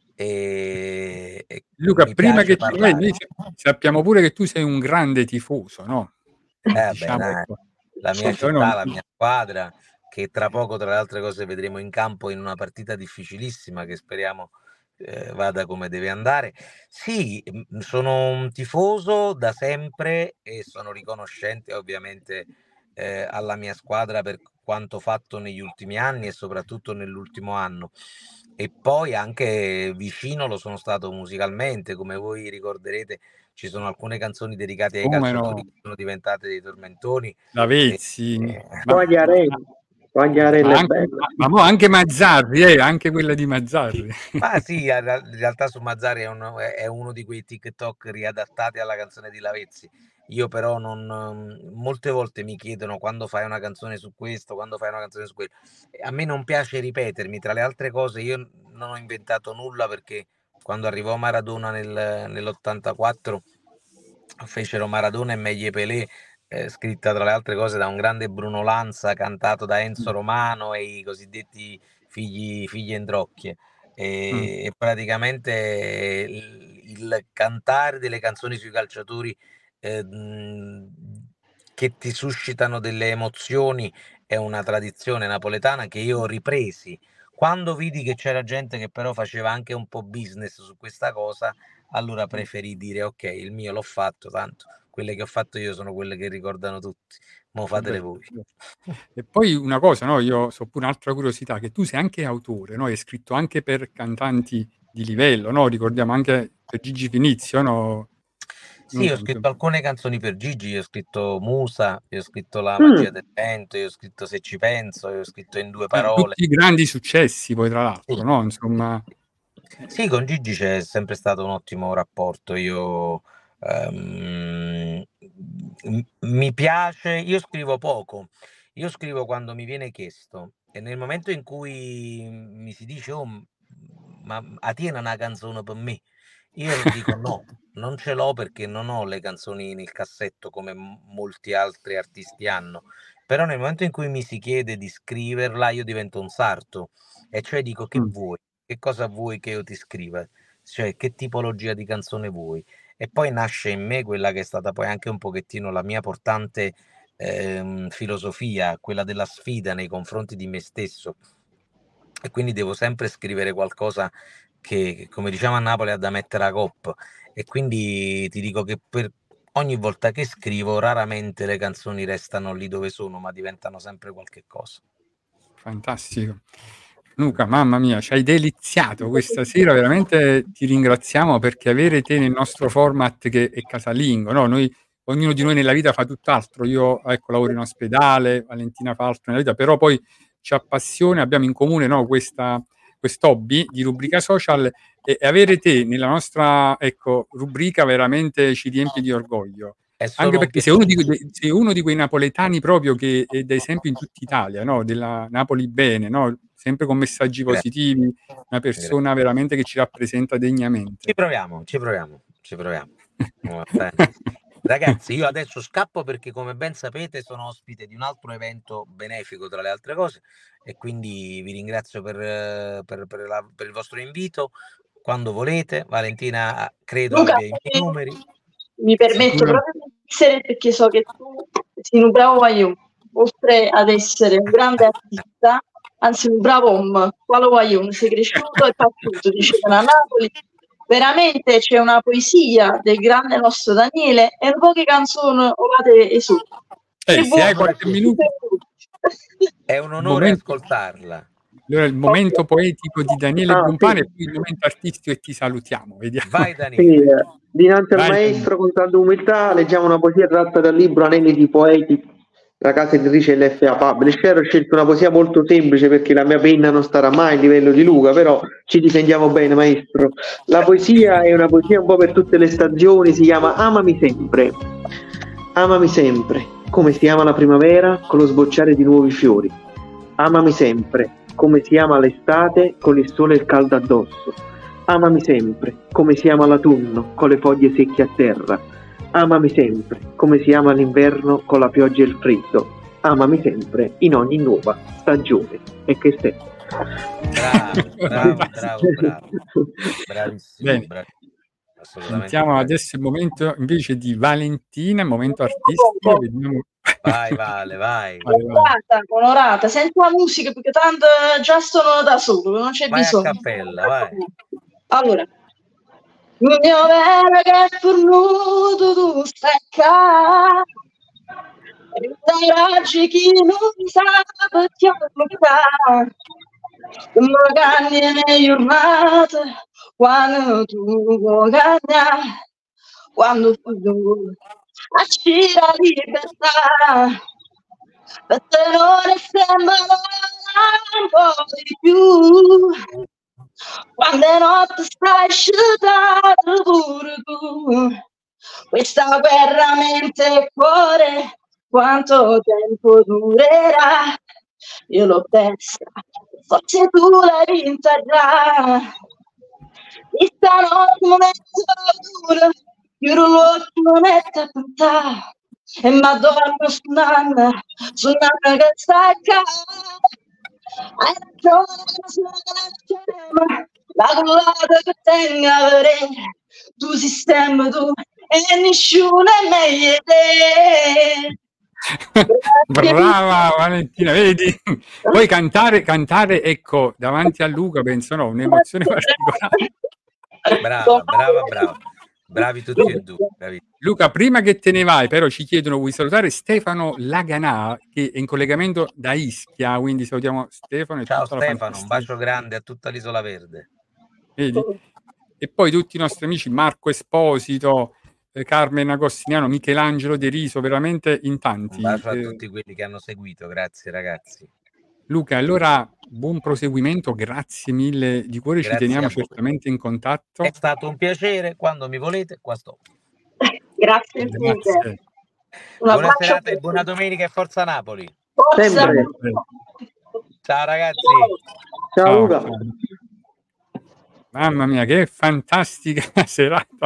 e Luca, mi prima piace che parlare. noi sappiamo pure che tu sei un grande tifoso, no? Diciamo, ecco. La mia città, la mia squadra, che tra poco tra le altre cose vedremo in campo in una partita difficilissima che speriamo vada come deve andare. Sì, sono un tifoso da sempre e sono riconoscente ovviamente alla mia squadra per quanto fatto negli ultimi anni e soprattutto nell'ultimo anno. E poi anche vicino lo sono stato musicalmente, come voi ricorderete ci sono alcune canzoni dedicate ai calciatori che sono diventate dei tormentoni. Lavezzi, ma anche Mazzarri, anche quella di Mazzarri. Ma sì, in realtà su Mazzarri è uno di quei TikTok riadattati alla canzone di Lavezzi. Io però molte volte mi chiedono quando fai una canzone su questo, quando fai una canzone su quello. A me non piace ripetermi, tra le altre cose io non ho inventato nulla, perché quando arrivò Maradona nell'84 fecero Maradona e Meglie Pelé, scritta tra le altre cose da un grande Bruno Lanza, cantato da Enzo Romano e i cosiddetti figli Endrocchie. E praticamente il cantare delle canzoni sui calciatori che ti suscitano delle emozioni è una tradizione napoletana che io ho ripresi. Quando vidi che c'era gente che però faceva anche un po' business su questa cosa, allora preferì dire ok, il mio l'ho fatto, tanto quelle che ho fatto io sono quelle che ricordano tutti, mo fatele voi. E poi una cosa, no, io so pure un'altra curiosità, che tu sei anche autore, no? Hai scritto anche per cantanti di livello, no? Ricordiamo anche per Gigi Finizio, no? Sì, ho scritto alcune canzoni per Gigi, io ho scritto Musa, io ho scritto La magia del vento, io ho scritto Se ci penso, io ho scritto In due parole. Tutti grandi successi poi tra l'altro, Sì. no? Insomma. Sì, con Gigi c'è sempre stato un ottimo rapporto. Io mi piace, io scrivo poco, io scrivo quando mi viene chiesto, e nel momento in cui mi si dice oh, ma tieni una canzone per me, io dico no, non ce l'ho, perché non ho le canzoni nel cassetto come molti altri artisti hanno. Però nel momento in cui mi si chiede di scriverla io divento un sarto, e cioè dico che vuoi, che cosa vuoi che io ti scriva, cioè che tipologia di canzone vuoi. E poi nasce in me quella che è stata poi anche un pochettino la mia portante filosofia, quella della sfida nei confronti di me stesso, e quindi devo sempre scrivere qualcosa che come diciamo a Napoli ha da mettere a coppa. E quindi ti dico che per ogni volta che scrivo raramente le canzoni restano lì dove sono, ma diventano sempre qualche cosa. Fantastico. Luca, mamma mia, ci hai deliziato questa sera, veramente ti ringraziamo perché avere te nel nostro format che è casalingo, no? Ognuno di noi nella vita fa tutt'altro, io lavoro in ospedale, Valentina fa altro nella vita, però poi ci appassiona, abbiamo in comune, no, quest'hobby di rubrica social e avere te nella nostra rubrica veramente ci riempie di orgoglio. Anche perché sei uno di quei napoletani proprio che è da esempio in tutta Italia, no? Della Napoli bene, no? Sempre con messaggi positivi, una persona veramente che ci rappresenta degnamente. Ci proviamo. Ragazzi, io adesso scappo perché, come ben sapete, sono ospite di un altro evento benefico tra le altre cose e quindi vi ringrazio per il vostro invito. Quando volete, Valentina credo Luca, abbia i miei numeri. Mi permetto proprio di essere, perché so che tu sei un bravo guaglione, oltre ad essere un grande artista, anzi un bravo uomo, quale guaglione, sei cresciuto e partito, dicevano a Napoli. Veramente c'è una poesia del grande nostro Daniele e un po' che canzoni ovate e su. Se hai qualche minuto è un onore ascoltarla. Allora il momento poetico di Daniele Buonpane e poi il momento artistico e ti salutiamo. Vediamo. Vai Daniele. Dinanzi al maestro, con tanta umiltà, leggiamo una poesia tratta dal libro Anelli di Poeti, la casa editrice LFA Publisher. Ho scelto una poesia molto semplice perché la mia penna non starà mai a livello di Luca, però ci difendiamo bene, maestro. La poesia è una poesia un po' per tutte le stagioni, si chiama Amami sempre. Amami sempre, come si ama la primavera con lo sbocciare di nuovi fiori. Amami sempre, come si ama l'estate con il sole e il caldo addosso. Amami sempre, come si ama l'autunno con le foglie secche a terra. Amami sempre, come si ama l'inverno con la pioggia e il freddo. Amami sempre, in ogni nuova stagione. E che sei? Bravo. Bravissimo. Sentiamo adesso il momento invece di Valentina, il momento artistico. Vediamo. Vai. Onorata, sento la musica perché tanto già sono da solo, non c'è bisogno. Vai a cappella, vai. Allora, il mio vero che è fornuto tu stacca, e dai oggi chi non sa perché lo fa, magari nelle giornate, quando tu vuoi cambiare, quando tu acci la libertà, per te non sembra un po' di più. Quando è notte stai sciutato pure tu, questa guerra mente e cuore, quanto tempo durerà? Io l'ho persa, forse tu l'hai vinta già. E stanotte non è solo, chiudo l'occhio, metto a pensare, e mi addormo su un'anna che stacca. Hai ragione, la collata che tengo a vedere, tu sistema tu e nessuno è meglio di te. Brava Valentina, vedi? Poi cantare, ecco, davanti a Luca, penso no, un'emozione particolare. Brava. Bravi tutti e due. Bravi. Luca, prima che te ne vai, però ci chiedono, vuoi salutare Stefano Laganà, che è in collegamento da Ischia, quindi salutiamo Stefano. E ciao tutta Stefano, un bacio grande a tutta l'Isola Verde. Vedi? E poi tutti i nostri amici, Marco Esposito, Carmen Agostiniano, Michelangelo De Riso, veramente in tanti. Un bacio a tutti quelli che hanno seguito, grazie ragazzi. Luca, allora buon proseguimento, grazie mille di cuore, Grazie, ci teniamo certamente in contatto. È stato un piacere, quando mi volete qua sto. Grazie. Buona serata e buona domenica e forza Napoli. Sempre. Ciao ragazzi. Ciao Luca. Ciao. Mamma mia, che fantastica serata.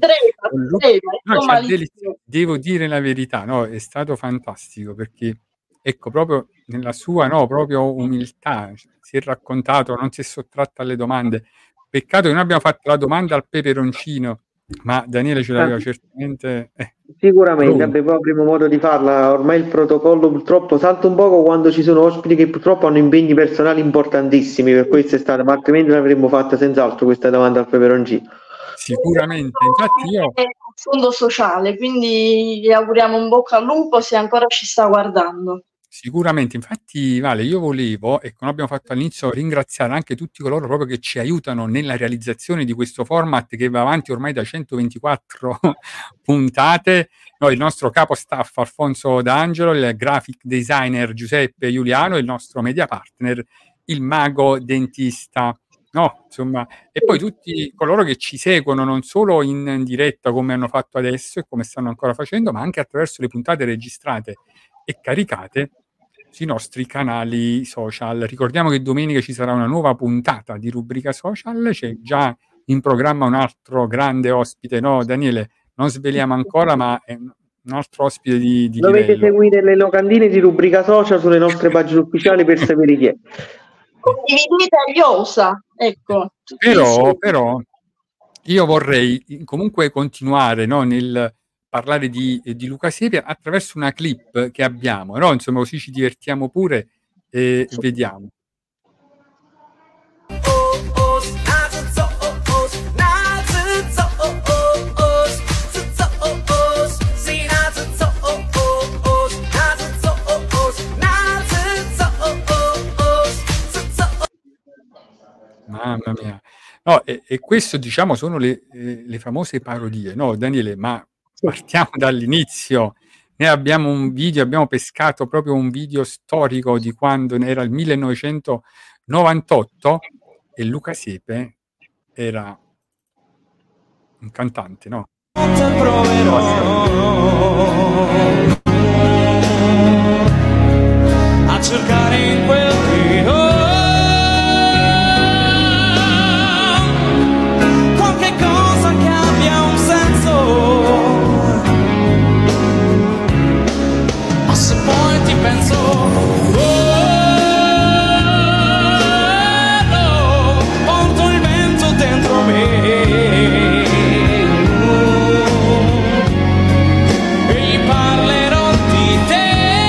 Devo dire la verità, no, è stato fantastico perché ecco, proprio nella sua proprio umiltà si è raccontato, non si è sottratto alle domande. Peccato che non abbiamo fatto la domanda al peperoncino, ma Daniele ce l'aveva certamente. Sicuramente avremo modo di farla. Ormai il protocollo purtroppo salta un poco quando ci sono ospiti che purtroppo hanno impegni personali importantissimi per quest'estate, ma altrimenti l'avremmo fatta senz'altro questa domanda al peperoncino. Sicuramente, infatti io È un fondo sociale, quindi gli auguriamo un bocca al lupo se ancora ci sta guardando. Sicuramente, infatti Vale, io volevo, e come abbiamo fatto all'inizio, ringraziare anche tutti coloro proprio che ci aiutano nella realizzazione di questo format che va avanti ormai da 124 puntate. No, il nostro capo staff Alfonso D'Angelo, il graphic designer Giuseppe Giuliano e il nostro media partner, il mago dentista. No, insomma, e poi tutti coloro che ci seguono non solo in diretta come hanno fatto adesso e come stanno ancora facendo, ma anche attraverso le puntate registrate e caricate sui nostri canali social. Ricordiamo che domenica ci sarà una nuova puntata di Rubrica Social, c'è già in programma un altro grande ospite, no Daniele? Non sveliamo ancora, ma è un altro ospite di Dovete livello. seguire le locandine di Rubrica Social sulle nostre pagine ufficiali per sapere chi è. Condividete agli OSA, ecco. tutti insieme. Però io vorrei comunque continuare, no, nel parlare di Luca Siepi attraverso una clip che abbiamo, no? Insomma, così ci divertiamo pure e vediamo. Mamma mia. No, e questo diciamo sono le famose parodie, no Daniele? Ma partiamo dall'inizio. Noi abbiamo un video, abbiamo pescato proprio un video storico di quando era il 1998 e Luca Siepe era un cantante, no? A cercare in quel tiro qualche cosa che abbia un senso, ma se poi ti penso no, porto il vento dentro me e gli parlerò di te.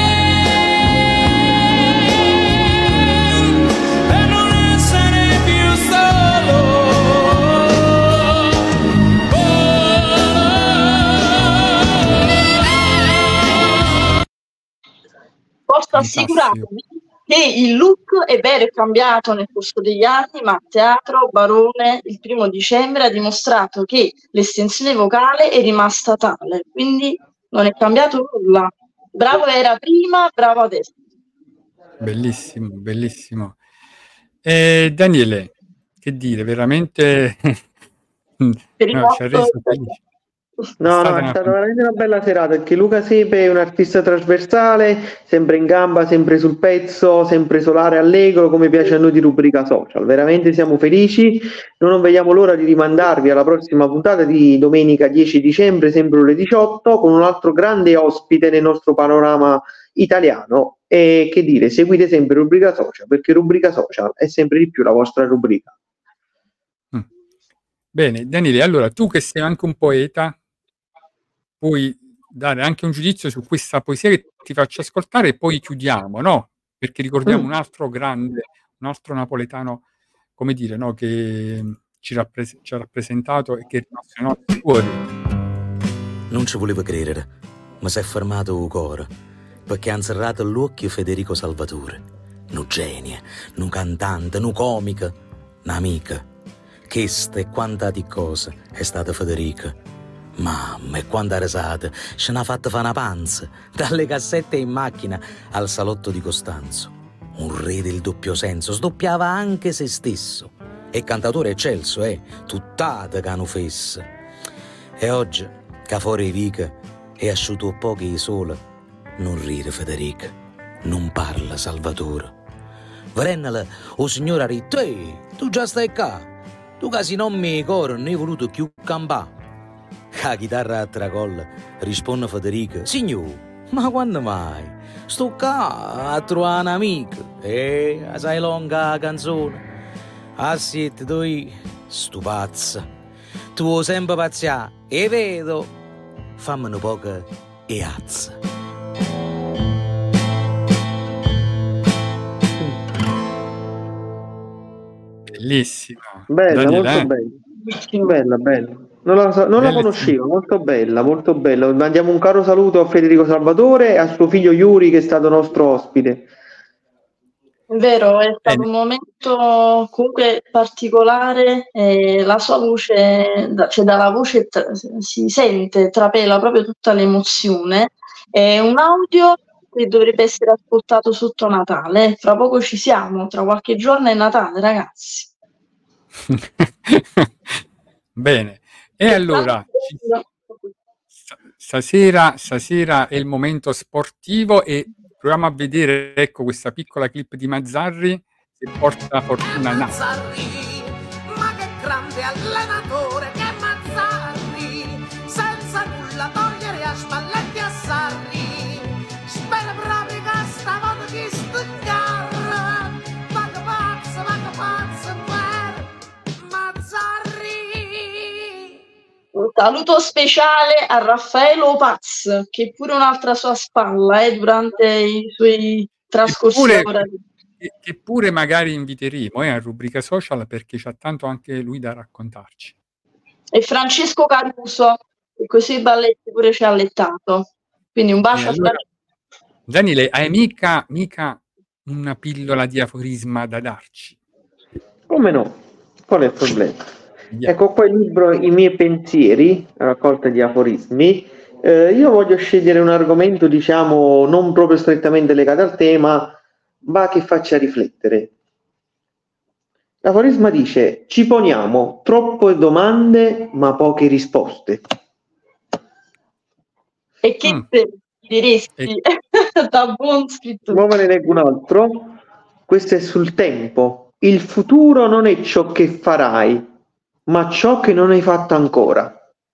Posso Fantastico. assicurarvi che il look è vero, è cambiato nel corso degli anni, ma Teatro Barone il 1° dicembre ha dimostrato che l'estensione vocale è rimasta tale, quindi non è cambiato nulla. Bravo era prima, bravo adesso. Bellissimo, bellissimo. Daniele, che dire, veramente Per il no, ci ha reso vostro- felici. No, stata è una stata veramente una bella serata perché Luca Siepe è un artista trasversale, sempre in gamba, sempre sul pezzo, sempre solare, allegro, come piace a noi di Rubrica Social. Veramente siamo felici, noi non vediamo l'ora di rimandarvi alla prossima puntata di domenica 10 dicembre, sempre ore 18, con un altro grande ospite nel nostro panorama italiano. E che dire, seguite sempre Rubrica Social perché Rubrica Social è sempre di più la vostra rubrica. Bene, Daniele, allora tu che sei anche un poeta, puoi dare anche un giudizio su questa poesia che ti faccio ascoltare e poi chiudiamo, no? Perché ricordiamo un altro grande, un altro napoletano, come dire, no? Che ci ha rappresentato e che è rimasto nei nostri cuori. Non ci volevo credere, ma si è fermato il cuore, perché ha serrato l'occhio Federico Salvatore. Un genio, un cantante, un comico, un'amica. Questa e quanta di cose è stata Federica. Mamma, e quanta risata, ce n'ha fatta fa una panza, dalle cassette in macchina al salotto di Costanzo. Un re del doppio senso, sdoppiava anche se stesso. E cantatore eccelso, tutt'ate che hanno fesse. E oggi, che fuori vica e asciutto pochi di sole, non ride Federica, non parla Salvatore. Verennale, o signora Ritta, tu già stai qua, tu casi non mi coro, ne hai voluto più campà. La chitarra a tracolla, risponde Federica, signor, ma quando mai? Sto qua a trovare un amico, sai longa la canzone. Ah siete tu, stu pazza, tu vuoi sempre pazziare, e vedo, fammi un poco e azza. Bellissima. Bella, Daniele, molto bella. Bella. Non la conoscevo, molto bella. Mandiamo un caro saluto a Federico Salvatore e a suo figlio Yuri, che è stato nostro ospite. È vero, è stato un momento comunque particolare, la sua voce, cioè dalla voce si sente, trapela proprio tutta l'emozione. È un audio che dovrebbe essere ascoltato sotto Natale. Fra poco ci siamo, tra qualche giorno è Natale, ragazzi. Bene, e allora stasera è il momento sportivo e proviamo a vedere, ecco, questa piccola clip di Mazzarri che porta fortuna al Napoli. Ma che grande allenatore che è Mazzarri, senza nulla togliere a Spalletti e a Sarri. Spera proprio che stavolta chi staccarra, vaga pazza per Mazzarri. Un saluto speciale a Raffaello Paz, che è pure un'altra sua spalla durante i suoi trascorsi lavorativi. Che pure magari inviteremo a Rubrica Social, perché c'ha tanto anche lui da raccontarci. E Francesco Caruso, che così Balletti pure ci ha allettato. Quindi un bacio allora, a Francesco. Daniele, hai mica una pillola di aforisma da darci? Come no? Qual è il problema? Ecco qua il libro I miei pensieri, raccolta di aforismi. Io voglio scegliere un argomento, diciamo, non proprio strettamente legato al tema, ma che faccia riflettere. L'aforisma dice: ci poniamo troppe domande ma poche risposte. E che diresti da buon scrittore? Ora ne leggo un altro. Questo è sul tempo. Il futuro non è ciò che farai, ma ciò che non hai fatto ancora.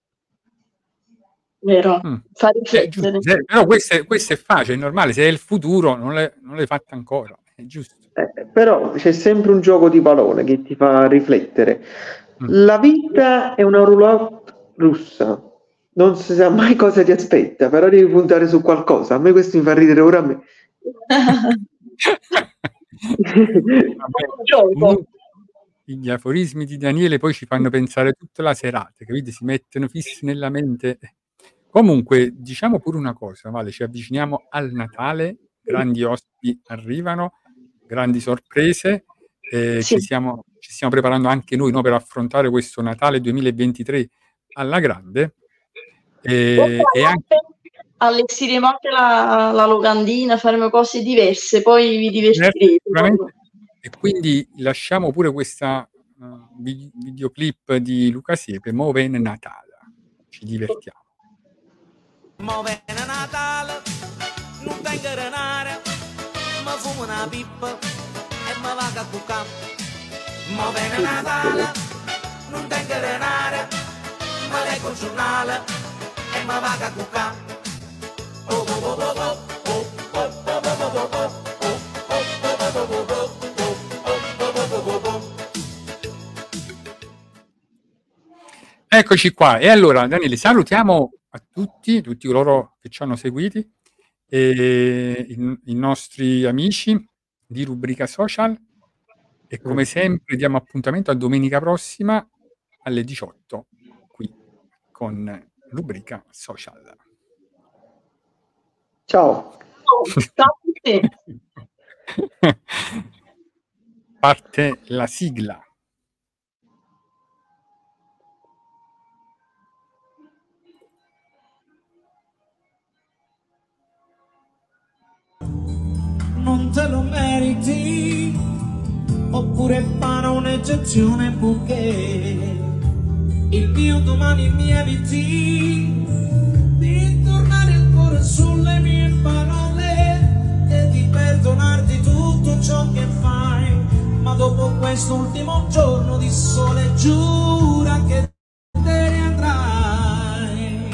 Vero, fa riflettere. Però questo è facile, è normale, se è il futuro non l'hai fatto ancora, è giusto. Però c'è sempre un gioco di parole che ti fa riflettere. La vita è una roulotte russa, non si sa mai cosa ti aspetta, però devi puntare su qualcosa. A me questo mi fa ridere ora a me. Gli aforismi di Daniele poi ci fanno pensare tutta la serata, capite? Si mettono fissi nella mente. Comunque, diciamo pure una cosa, Vale, ci avviciniamo al Natale, grandi ospiti arrivano, grandi sorprese, ci stiamo preparando anche noi, no, per affrontare questo Natale 2023 alla grande. E anche allestiremo anche la locandina, faremo cose diverse, poi vi divertirete. E quindi lasciamo pure questa videoclip di Luca Siepe, Mo' bene Natale, ci divertiamo. Mo' bene Natale, non tengo denaro, ma fumo una pippa e mi vado a cuccare. Mo' bene Natale, non tengo denaro, ma leggo il giornale e mi vado a cuccare. Oh oh oh oh oh. Eccoci qua, e allora Daniele salutiamo a tutti coloro che ci hanno seguiti, i nostri amici di Rubrica Social, e come sempre diamo appuntamento a domenica prossima alle 18 qui con Rubrica Social. Ciao. Ciao a tutti. Parte la sigla. Non te lo meriti, oppure farò un'eccezione perché il mio domani mi eviti di tornare ancora sulle mie parole e di perdonarti tutto ciò che fai, ma dopo quest'ultimo giorno di sole giura che te ne andrai.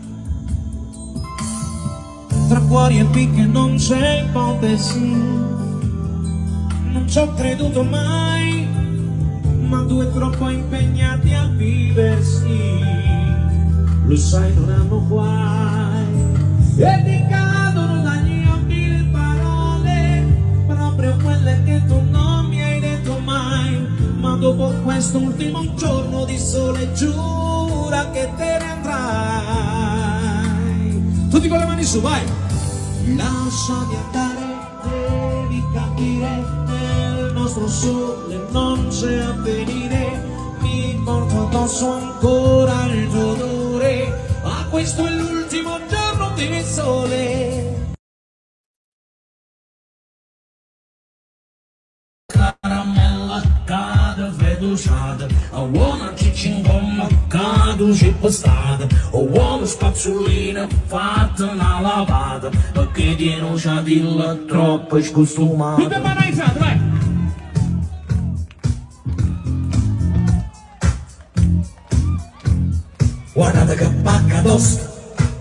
Tra cuori e picche non c'è ipotesi, non ci ho creduto mai, ma due troppo impegnati a viversi, lo sai non hanno guai, e ti cadono dagli occhi le parole, proprio quelle che tu non mi hai detto mai, ma dopo questo quest'ultimo giorno di sole, giura che te ne andrai. Tutti con le mani su, vai! Lasciami andare, devi capire, nel nostro sole non c'è avvenire, mi porto addosso ancora il tuo odore, ma questo è l'ultimo giorno di sole. Caramella, cade veduciata, a uomo cicci gomma, cade c'è strada, a uomo spazzolina, fatta una lavata, perché tiene un ciadilla troppo scostumata. Tutte mani alzate, vai! Guardate che pacca tosta,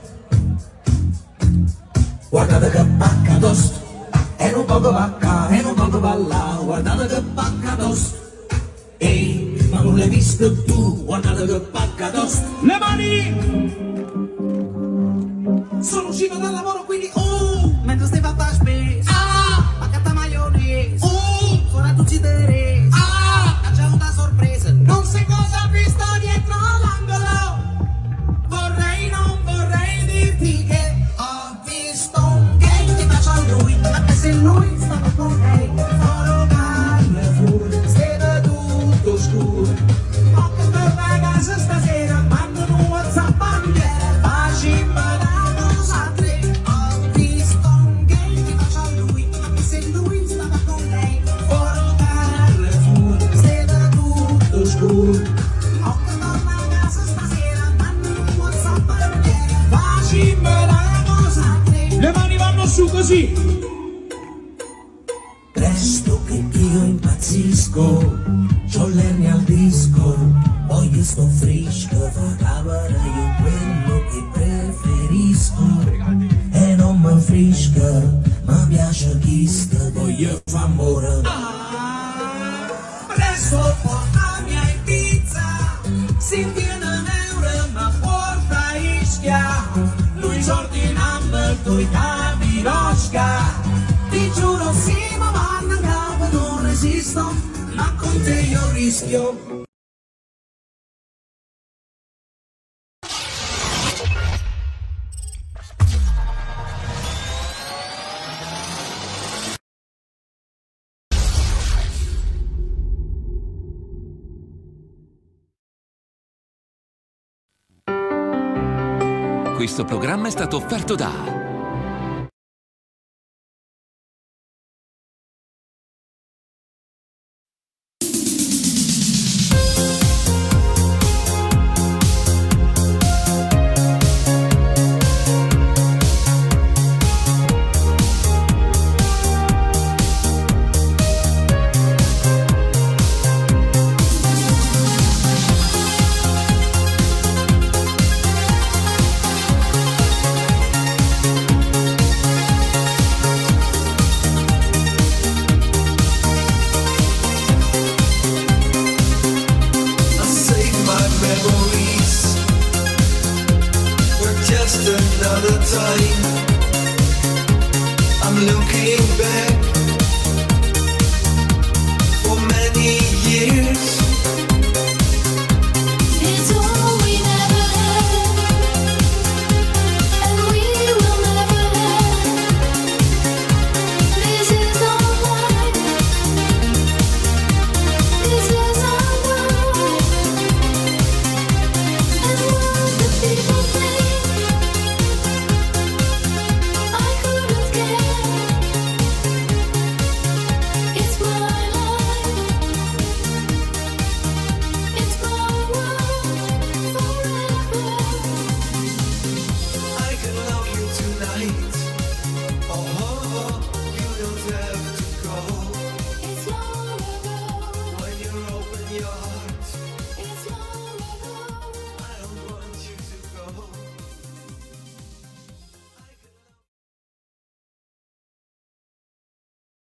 guardate che pacca tosta, e non poco pacca, e non poco balla, guardate che pacca tosta, ehi, ma non l'hai visto tu, guardate che pacca tosta, le mani! Sono uscito dal lavoro quindi, mentre stai fatta spesa, paccata maionese, fuori tu ci terresi, c'è una sorpresa, non sai cosa ho visto dietro l'angolo. Non vorrei dirti che ho visto un gay che bacia a lui, ma che se lui stava con lei, oro Carrefour, stava tutto scuro, ma che torna a casa stasera, mandano un WhatsApp a bandiera, facciamo la cosa a tre, ho visto un gay che bacia a lui, ma che se lui stava con lei, oro Carrefour, stava tutto scuro. Le mani vanno su così. Presto che io impazzisco, c'ho l'ernia al disco, voglio sto fresco, fa cavare io quello che preferisco, e non mi fresca, ma piace chi sta, voglio fa amore. Presto portami a Ibiza, si tiene un euro ma porta Ischia, lui ordinammo due capi rosca, ti giuro sì ma vanno a capo, non resisto, ma con te io rischio. Questo programma è stato offerto da Just another time